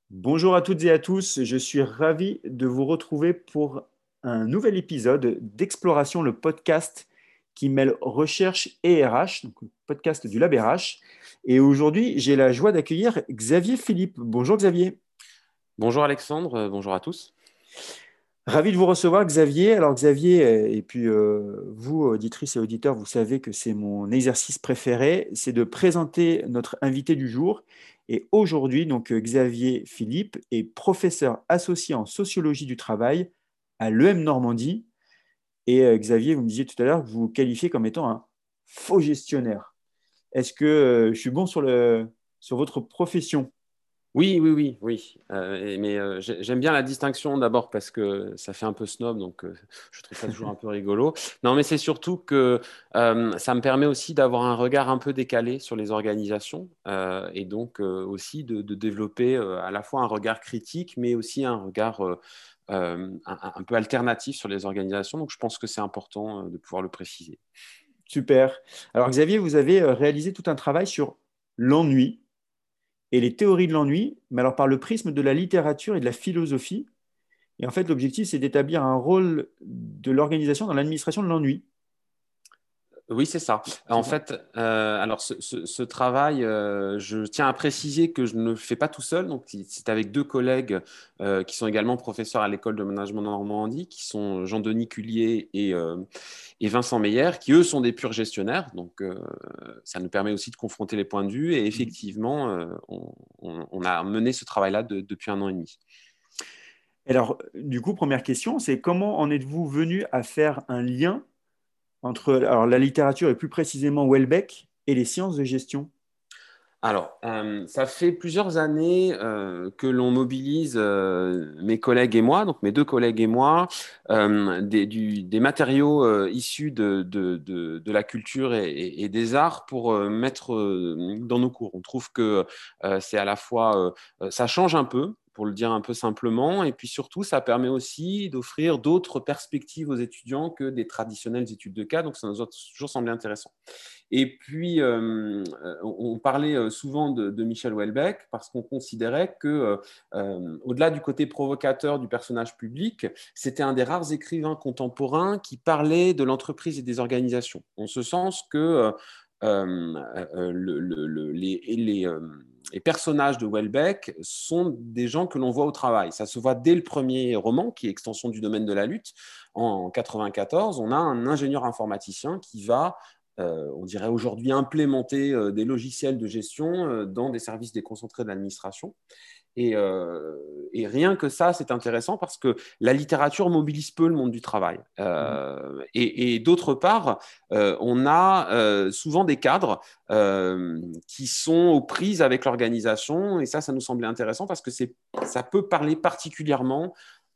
Bonjour à toutes et à tous, je suis ravi de vous retrouver pour un nouvel épisode d'Exploration, le podcast qui mêle recherche et RH, donc le podcast du Lab RH. Et aujourd'hui, j'ai la joie d'accueillir Xavier Philippe. Bonjour Xavier. Bonjour Alexandre, bonjour à tous. Ravi de vous recevoir Xavier. Alors Xavier, et puis vous, auditrices et auditeurs, vous savez que c'est mon exercice préféré, c'est de présenter notre invité du jour. Et aujourd'hui, donc Xavier Philippe est professeur associé en sociologie du travail à l'EM Normandie. Et Xavier, vous me disiez tout à l'heure que vous vous qualifiez comme étant un faux gestionnaire. Est-ce que je suis bon sur votre profession? Oui, oui, oui, oui. J'aime bien la distinction d'abord parce que ça fait un peu snob, donc je trouve ça toujours un peu rigolo. Non, mais c'est surtout que ça me permet aussi d'avoir un regard un peu décalé sur les organisations et donc aussi de développer à la fois un regard critique, mais aussi un regard un peu alternatif sur les organisations. Donc je pense que c'est important de pouvoir le préciser. Super. Alors Xavier, vous avez réalisé tout un travail sur l'ennui et les théories de l'ennui, mais alors par le prisme de la littérature et de la philosophie. Et en fait, l'objectif, c'est d'établir un rôle de l'organisation dans l'administration de l'ennui. Oui, c'est ça. C'est En ça? fait, alors ce travail, je tiens à préciser que je ne le fais pas tout seul. Donc, c'est avec deux collègues qui sont également professeurs à l'école de management de Normandie, qui sont Jean-Denis Cullier et Vincent Meyer, qui eux sont des purs gestionnaires. Donc, ça nous permet aussi de confronter les points de vue. Et Mhm. effectivement, on a mené ce travail-là depuis 1 an et demi. Alors, du coup, première question, c'est comment en êtes-vous venu à faire un lien entre alors, la littérature et plus précisément Welbeck et les sciences de gestion? Alors, ça fait plusieurs années que l'on mobilise mes collègues et moi, donc mes deux collègues et moi, des matériaux issus de la culture et des arts pour mettre dans nos cours. On trouve que c'est à la fois, ça change un peu, pour le dire un peu simplement, et puis surtout, ça permet aussi d'offrir d'autres perspectives aux étudiants que des traditionnelles études de cas, donc ça nous a toujours semblé intéressant. Et puis, on parlait souvent de Michel Houellebecq parce qu'on considérait que, au-delà du côté provocateur du personnage public, c'était un des rares écrivains contemporains qui parlait de l'entreprise et des organisations. En ce sens que les personnages de Houellebecq sont des gens que l'on voit au travail. Ça se voit dès le premier roman, qui est Extension du domaine de la lutte. En 94, on a un ingénieur informaticien qui va on dirait aujourd'hui, implémenter des logiciels de gestion dans des services déconcentrés de l'administration. Et, euh, et, rien que ça, c'est intéressant parce que la littérature mobilise peu le monde du travail. Mhm. Et d'autre part, on a souvent des cadres qui sont aux prises avec l'organisation. Et ça nous semblait intéressant parce que ça peut parler particulièrement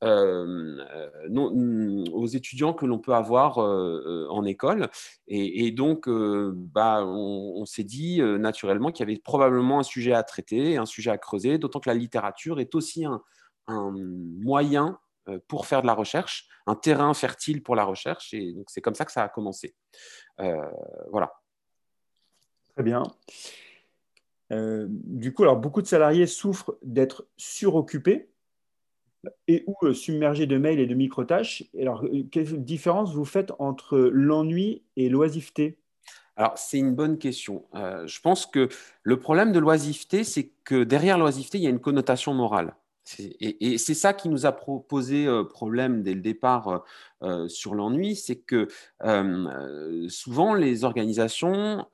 aux étudiants que l'on peut avoir en école. Et donc, on s'est dit naturellement qu'il y avait probablement un sujet à traiter, un sujet à creuser, d'autant que la littérature est aussi un moyen pour faire de la recherche, un terrain fertile pour la recherche. Et donc, c'est comme ça que ça a commencé. Euh, voilà. Très bien. Du coup, alors beaucoup de salariés souffrent d'être suroccupés et ou submergés de mails et de micro-tâches. Et alors, quelle différence vous faites entre l'ennui et l'oisiveté? Alors, c'est une bonne question. Je pense que le problème de l'oisiveté, c'est que derrière l'oisiveté, il y a une connotation morale. Et c'est ça qui nous a posé problème dès le départ sur l'ennui, c'est que souvent les organisations,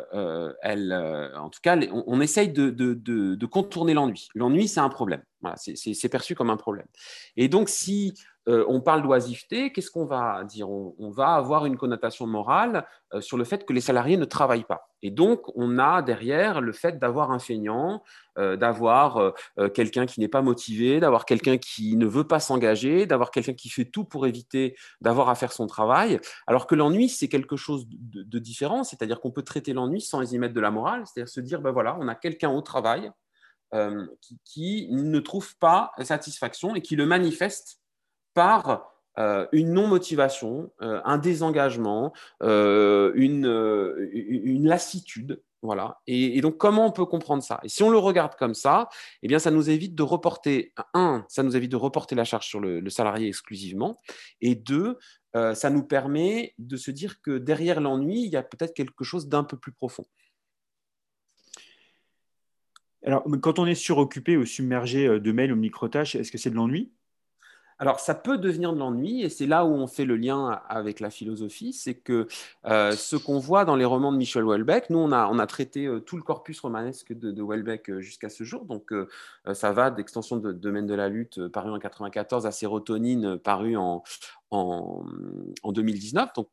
en tout cas, on essaye de contourner l'ennui. L'ennui, c'est un problème. Voilà, c'est perçu comme un problème. Et donc, si on parle d'oisiveté, qu'est-ce qu'on va dire? On va avoir une connotation morale sur le fait que les salariés ne travaillent pas. Et donc, on a derrière le fait d'avoir un feignant, d'avoir quelqu'un qui n'est pas motivé, d'avoir quelqu'un qui ne veut pas s'engager, d'avoir quelqu'un qui fait tout pour éviter d'avoir à faire son travail. Alors que l'ennui, c'est quelque chose de différent, c'est-à-dire qu'on peut traiter l'ennui sans y mettre de la morale, c'est-à-dire se dire, ben voilà, on a quelqu'un au travail qui ne trouve pas satisfaction et qui le manifeste par une non-motivation, un désengagement, une lassitude. Voilà. Et donc, comment on peut comprendre ça? Et si on le regarde comme ça, eh bien, ça nous évite de reporter, ça nous évite de reporter la charge sur le salarié exclusivement. Et deux, ça nous permet de se dire que derrière l'ennui, il y a peut-être quelque chose d'un peu plus profond. Alors, quand on est suroccupé ou submergé de mails ou micro-tâches, est-ce que c'est de l'ennui? Alors, ça peut devenir de l'ennui, et c'est là où on fait le lien avec la philosophie, c'est que ce qu'on voit dans les romans de Michel Houellebecq, nous, on a traité tout le corpus romanesque de Houellebecq jusqu'à ce jour, donc ça va d'Extension de domaine de la lutte, paru en 94, à Sérotonine, paru en, en 2019, donc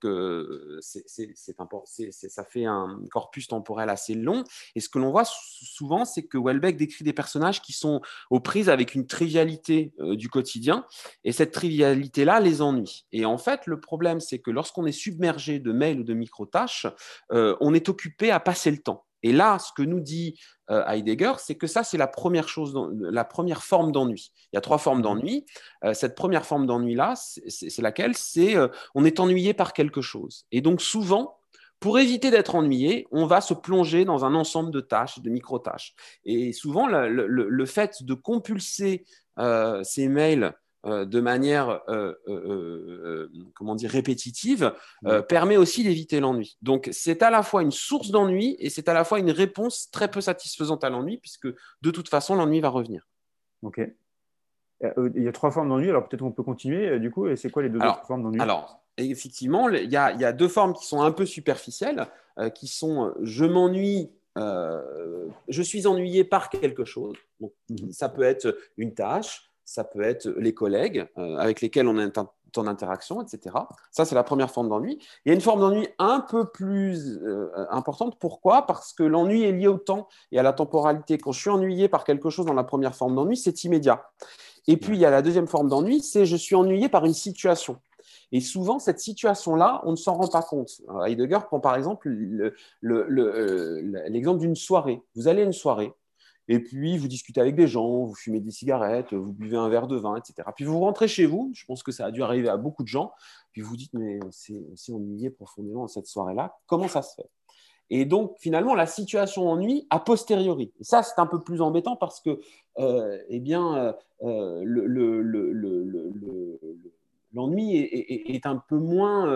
ça fait un corpus temporel assez long, et ce que l'on voit souvent, c'est que Houellebecq décrit des personnages qui sont aux prises avec une trivialité du quotidien, et cette trivialité-là les ennuie. Et en fait, le problème, c'est que lorsqu'on est submergé de mails ou de micro-tâches, on est occupé à passer le temps. Et là, ce que nous dit Heidegger, c'est que ça, c'est la première chose, la première forme d'ennui. Il y a 3 formes d'ennui. Cette première forme d'ennui-là, c'est laquelle? C'est on est ennuyé par quelque chose. Et donc, souvent, pour éviter d'être ennuyé, on va se plonger dans un ensemble de tâches, de micro-tâches. Et souvent, le fait de compulser ces mails de manière comment dire, répétitive, permet aussi d'éviter l'ennui. Donc, c'est à la fois une source d'ennui et c'est à la fois une réponse très peu satisfaisante à l'ennui, puisque de toute façon, l'ennui va revenir. Ok. Il y a 3 formes d'ennui, alors peut-être on peut continuer du coup. Et c'est quoi les 2 autres formes d'ennui? Effectivement, il y a 2 formes qui sont un peu superficielles, qui sont je m'ennuie, je suis ennuyé par quelque chose. Donc, ça peut être une tâche, ça peut être les collègues avec lesquels on est en interaction, etc. Ça, c'est la première forme d'ennui. Il y a une forme d'ennui un peu plus importante. Pourquoi? Parce que l'ennui est lié au temps et à la temporalité. Quand je suis ennuyé par quelque chose dans la première forme d'ennui, c'est immédiat. Et puis, il y a la deuxième forme d'ennui, c'est je suis ennuyé par une situation. Et souvent, cette situation-là, on ne s'en rend pas compte. Heidegger prend par exemple l'exemple d'une soirée. Vous allez à une soirée, et puis vous discutez avec des gens, vous fumez des cigarettes, vous buvez un verre de vin, etc. Puis vous rentrez chez vous, je pense que ça a dû arriver à beaucoup de gens, puis vous dites, mais on s'est ennuyé profondément dans cette soirée-là, comment ça se fait? Et donc, finalement, la situation ennuie a posteriori. Et ça, c'est un peu plus embêtant parce que, eh bien, l'ennui est un peu moins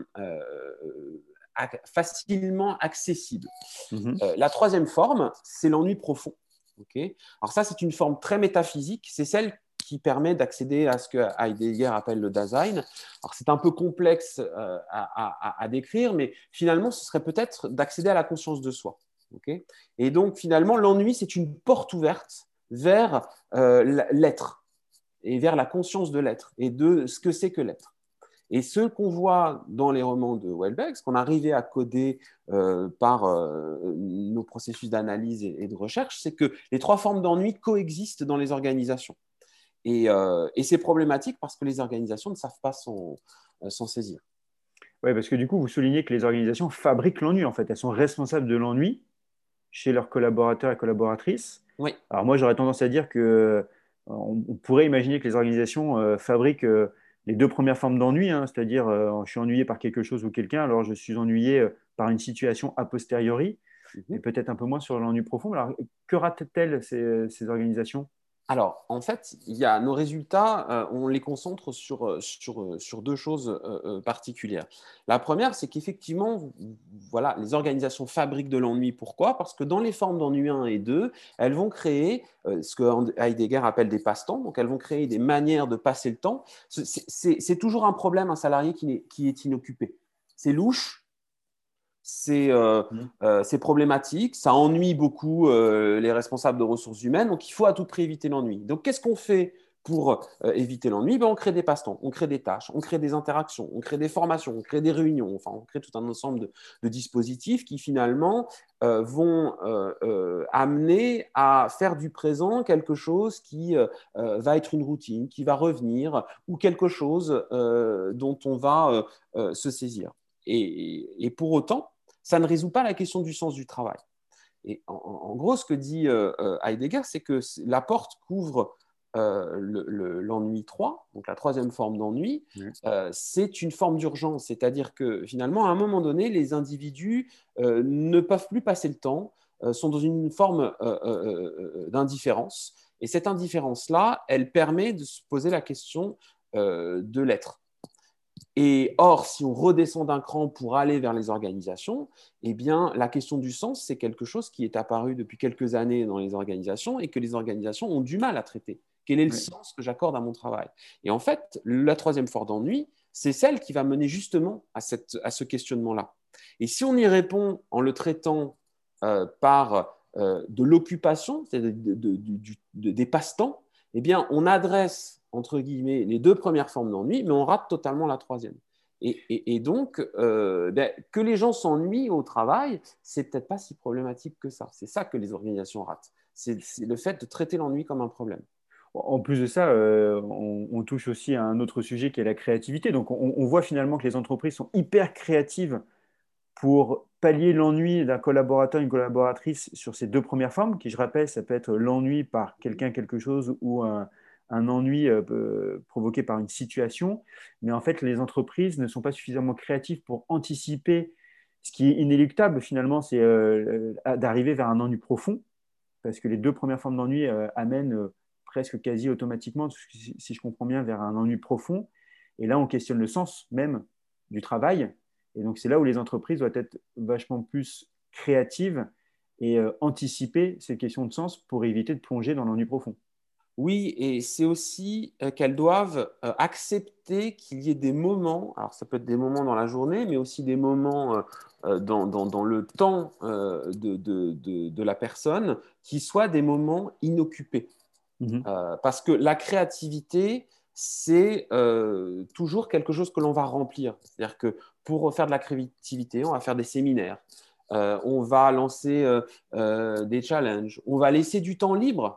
facilement accessible. La troisième forme, c'est l'ennui profond. Okay. Alors ça, c'est une forme très métaphysique. C'est celle qui permet d'accéder à ce que Heidegger appelle le Dasein. Alors c'est un peu complexe à décrire, mais finalement, ce serait peut-être d'accéder à la conscience de soi. Okay. Et donc finalement, l'ennui, c'est une porte ouverte vers l'être et vers la conscience de l'être et de ce que c'est que l'être. Et ce qu'on voit dans les romans de Houellebecq, ce qu'on arrivait à coder par nos processus d'analyse et de recherche, c'est que les 3 formes d'ennui coexistent dans les organisations. Et c'est problématique parce que les organisations ne savent pas s'en saisir. Oui, parce que du coup, vous soulignez que les organisations fabriquent l'ennui, en fait. Elles sont responsables de l'ennui chez leurs collaborateurs et collaboratrices. Oui. Alors moi, j'aurais tendance à dire que on pourrait imaginer que les organisations fabriquent les 2 premières formes d'ennui, hein, c'est-à-dire je suis ennuyé par quelque chose ou quelqu'un, alors je suis ennuyé par une situation a posteriori, et peut-être un peu moins sur l'ennui profond. Alors, que ratent-elles ces organisations? Alors, en fait, il y a nos résultats, on les concentre sur 2 choses particulières. La première, c'est qu'effectivement, voilà, les organisations fabriquent de l'ennui. Pourquoi? Parce que dans les formes d'ennui 1 et 2, elles vont créer ce que Heidegger appelle des passe-temps. Donc, elles vont créer des manières de passer le temps. C'est toujours un problème, un salarié qui est inoccupé. C'est louche, c'est problématique, ça ennuie beaucoup les responsables de ressources humaines, donc il faut à tout prix éviter l'ennui. Donc qu'est-ce qu'on fait pour éviter l'ennui? On crée des passe-temps, on crée des tâches, on crée des interactions, on crée des formations, on crée des réunions, enfin on crée tout un ensemble de dispositifs qui finalement vont amener à faire du présent quelque chose qui va être une routine, qui va revenir, ou quelque chose dont on va se saisir. Et pour autant, ça ne résout pas la question du sens du travail. Et en gros, ce que dit Heidegger, c'est que la porte qu'ouvre l'ennui 3, donc la troisième forme d'ennui, Ouais. c'est une forme d'urgence. C'est-à-dire que finalement, à un moment donné, les individus ne peuvent plus passer le temps, sont dans une forme d'indifférence. Et cette indifférence-là, elle permet de se poser la question de l'être. Et or, si on redescend d'un cran pour aller vers les organisations, eh bien, la question du sens, c'est quelque chose qui est apparu depuis quelques années dans les organisations et que les organisations ont du mal à traiter. Quel est le Ouais. sens que j'accorde à mon travail? Et en fait, la troisième forme d'ennui, c'est celle qui va mener justement à ce questionnement-là. Et si on y répond en le traitant par de l'occupation, c'est-à-dire des passe-temps, eh bien, on adresse, entre guillemets, les deux premières formes d'ennui, mais on rate totalement la troisième. Et donc, que les gens s'ennuient au travail, c'est peut-être pas si problématique que ça. C'est ça que les organisations ratent. C'est le fait de traiter l'ennui comme un problème. En plus de ça, on touche aussi à un autre sujet qui est la créativité. Donc, on voit finalement que les entreprises sont hyper créatives pour pallier l'ennui d'un collaborateur, une collaboratrice sur ces deux premières formes, qui, je rappelle, ça peut être l'ennui par quelqu'un, quelque chose, ou un ennui provoqué par une situation. Mais en fait, les entreprises ne sont pas suffisamment créatives pour anticiper ce qui est inéluctable, finalement, c'est d'arriver vers un ennui profond, parce que les deux premières formes d'ennui amènent presque quasi automatiquement, si je comprends bien, vers un ennui profond. Et là, on questionne le sens même du travail. Et donc, c'est là où les entreprises doivent être vachement plus créatives et anticiper ces questions de sens pour éviter de plonger dans l'ennui profond. Oui, et c'est aussi qu'elles doivent accepter qu'il y ait des moments, alors ça peut être des moments dans la journée, mais aussi des moments dans le temps de la personne qui soient des moments inoccupés. Mhm. Parce que la créativité, c'est toujours quelque chose que l'on va remplir. C'est-à-dire que pour faire de la créativité, on va faire des séminaires, on va lancer des challenges, on va laisser du temps libre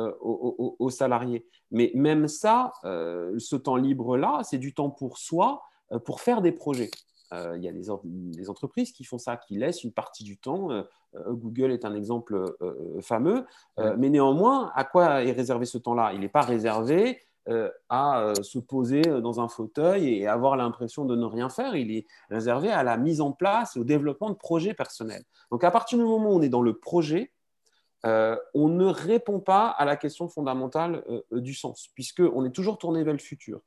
aux salariés. Mais même ça, ce temps libre-là, c'est du temps pour soi, pour faire des projets. Il y a des entreprises qui font ça, qui laissent une partie du temps. Google est un exemple fameux. Ouais. Mais néanmoins, à quoi est réservé ce temps-là? Il n'est pas réservé à se poser dans un fauteuil et avoir l'impression de ne rien faire. Il est réservé à la mise en place et au développement de projets personnels. Donc, à partir du moment où on est dans le projet, on ne répond pas à la question fondamentale du sens, puisqu'on est toujours tourné vers le futur.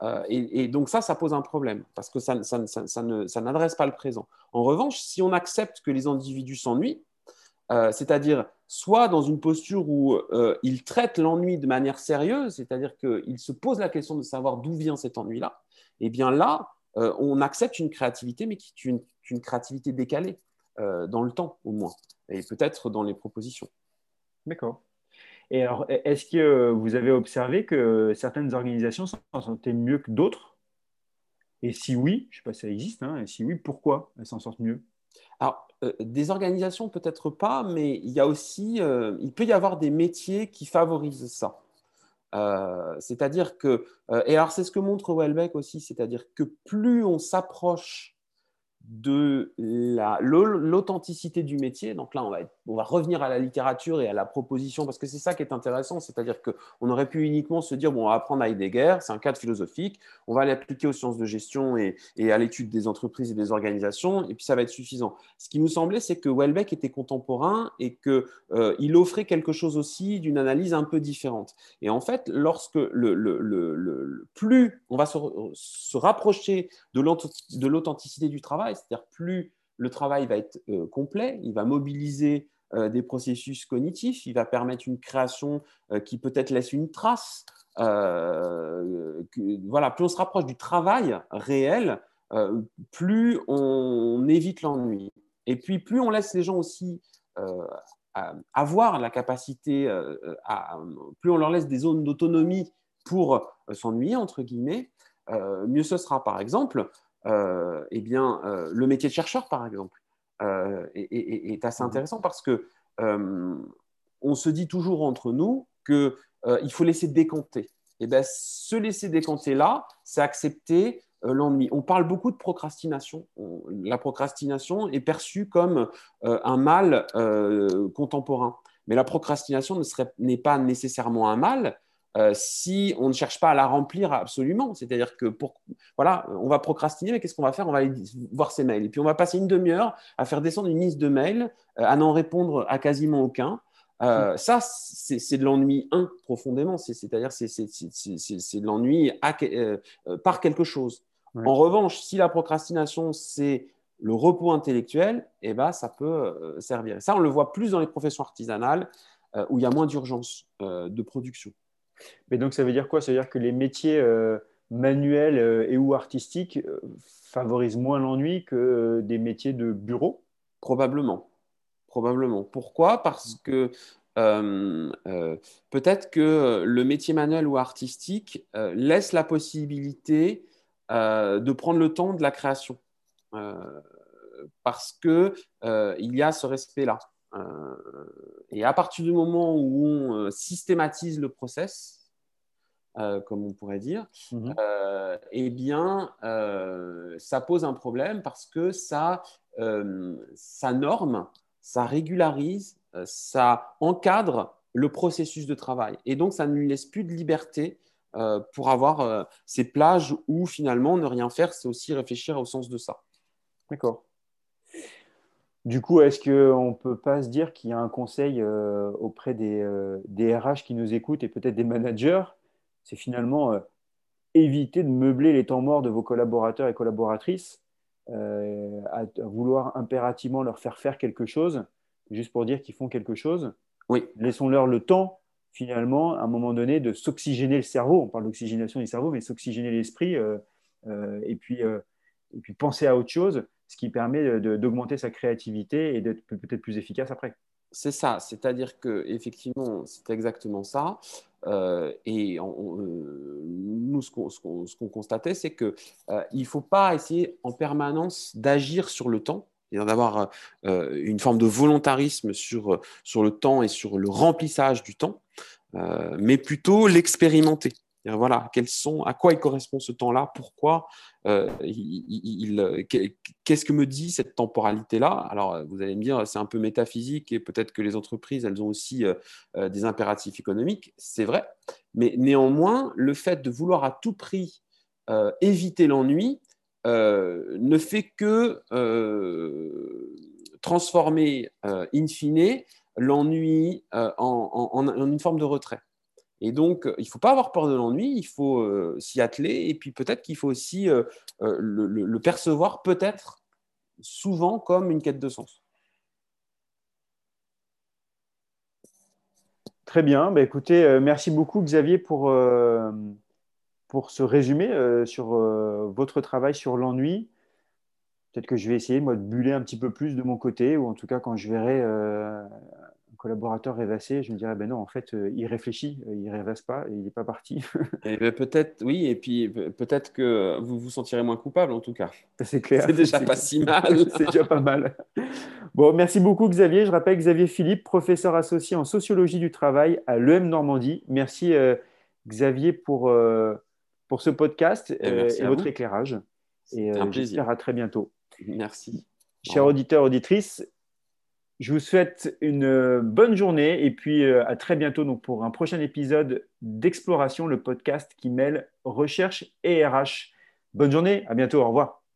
Et donc ça pose un problème, parce que ça n'adresse pas le présent. En revanche, si on accepte que les individus s'ennuient, c'est-à-dire soit dans une posture où ils traitent l'ennui de manière sérieuse, c'est-à-dire qu'ils se posent la question de savoir d'où vient cet ennui-là, et bien là, on accepte une créativité, mais qui est une créativité décalée, dans le temps au moins, et peut-être dans les propositions. D'accord. Et alors, est-ce que vous avez observé que certaines organisations s'en sortaient mieux que d'autres? Et si oui, je ne sais pas si ça existe, hein, et si oui, pourquoi elles s'en sortent mieux? Alors, des organisations peut-être pas, mais il y a aussi, il peut y avoir des métiers qui favorisent ça. C'est-à-dire que, et alors c'est ce que montre Welbeck aussi, c'est-à-dire que plus on s'approche de l'authenticité du métier. Donc là, on va revenir à la littérature et à la proposition, parce que c'est ça qui est intéressant, c'est-à-dire qu'on aurait pu uniquement se dire, bon, on va apprendre Heidegger, c'est un cadre philosophique, on va l'appliquer aux sciences de gestion et à l'étude des entreprises et des organisations, et puis ça va être suffisant. Ce qui nous semblait, c'est que Welbeck était contemporain et qu'il offrait quelque chose aussi d'une analyse un peu différente. Et en fait, lorsque plus on va se rapprocher de l'authenticité du travail, c'est-à-dire plus le travail va être complet, il va mobiliser des processus cognitifs, il va permettre une création qui peut-être laisse une trace. Voilà, plus on se rapproche du travail réel, plus on évite l'ennui. Et puis plus on laisse les gens aussi avoir la capacité, plus on leur laisse des zones d'autonomie pour s'ennuyer, entre guillemets, mieux ce sera. Par exemple, eh bien, le métier de chercheur, par exemple, est assez Mhm. intéressant parce que on se dit toujours entre nous qu'il faut laisser décanter. Et bien, se laisser décanter là, c'est accepter l'ennui. On parle beaucoup de procrastination. La procrastination est perçue comme un mal contemporain. Mais la procrastination n'est pas nécessairement un mal, si on ne cherche pas à la remplir absolument. C'est-à-dire que voilà, on va procrastiner, mais qu'est-ce qu'on va faire? On va aller voir ses mails. Et puis, on va passer une demi-heure à faire descendre une liste de mails, à n'en répondre à quasiment aucun. Ça, c'est de l'ennui profondément. C'est-à-dire c'est de l'ennui par quelque chose. Ouais. En revanche, si la procrastination, c'est le repos intellectuel, eh ben, ça peut servir. Et ça, on le voit plus dans les professions artisanales où il y a moins d'urgence de production. Mais donc, ça veut dire quoi? Ça veut dire que les métiers manuels et ou artistiques favorisent moins l'ennui que des métiers de bureau? Probablement. Probablement. Pourquoi? Parce que peut-être que le métier manuel ou artistique laisse la possibilité de prendre le temps de la création. Euh, Parce que il y a ce respect-là. Et à partir du moment où on systématise le process, comme on pourrait dire, Mhm. eh bien, ça pose un problème parce que ça norme, ça régularise, ça encadre le processus de travail. Et donc, ça ne lui laisse plus de liberté pour avoir ces plages où finalement ne rien faire, c'est aussi réfléchir au sens de ça. D'accord. Du coup, est-ce qu'on ne peut pas se dire qu'il y a un conseil auprès des RH qui nous écoutent et peut-être des managers? C'est finalement éviter de meubler les temps morts de vos collaborateurs et collaboratrices, à vouloir impérativement leur faire faire quelque chose, juste pour dire qu'ils font quelque chose. Oui, Laissons-leur le temps, finalement, à un moment donné, de s'oxygéner le cerveau. On parle d'oxygénation du cerveau, mais s'oxygéner l'esprit, euh, et puis, euh, et puis penser à autre chose, ce qui permet d'augmenter sa créativité et d'être peut-être plus efficace après. c'est ça. C'est-à-dire que effectivement, c'est exactement ça. Nous, ce qu'on constatait, c'est que il faut pas essayer en permanence d'agir sur le temps, c'est-à-dire d'avoir une forme de volontarisme sur le temps et sur le remplissage du temps, mais plutôt l'expérimenter. Voilà, à quoi il correspond ce temps-là, pourquoi, qu'est-ce que me dit cette temporalité-là? Alors, vous allez me dire, c'est un peu métaphysique et peut-être que les entreprises, elles ont aussi des impératifs économiques, c'est vrai, mais néanmoins, le fait de vouloir à tout prix éviter l'ennui ne fait que transformer, in fine, l'ennui en une forme de retrait. Et donc, il ne faut pas avoir peur de l'ennui, il faut s'y atteler. Et puis peut-être qu'il faut aussi le percevoir peut-être souvent comme une quête de sens. Très bien. Bah, écoutez, merci beaucoup, Xavier, pour ce résumé sur votre travail sur l'ennui. Peut-être que je vais essayer, moi, de buller un petit peu plus de mon côté, ou en tout cas, quand je verrai un collaborateur rêvasser, je me dirais, ben non, en fait, il réfléchit, il rêvasse pas, et il n'est pas parti. Et ben, peut-être, oui, et puis peut-être que vous vous sentirez moins coupable en tout cas. C'est C'est clair, déjà c'est pas clair. si mal. C'est déjà pas mal. Bon, merci beaucoup, Xavier. Je rappelle Xavier Philippe, professeur associé en sociologie du travail à l'EM Normandie. Merci, Xavier, pour ce podcast Et et merci à votre vous. éclairage. Et C'était un plaisir. j'espère à très bientôt. Merci. Au Chers revoir. auditeurs, auditrices, je vous souhaite une bonne journée et puis à très bientôt donc, pour un prochain épisode d'Exploration, le podcast qui mêle recherche et RH. Bonne journée, à bientôt, au revoir.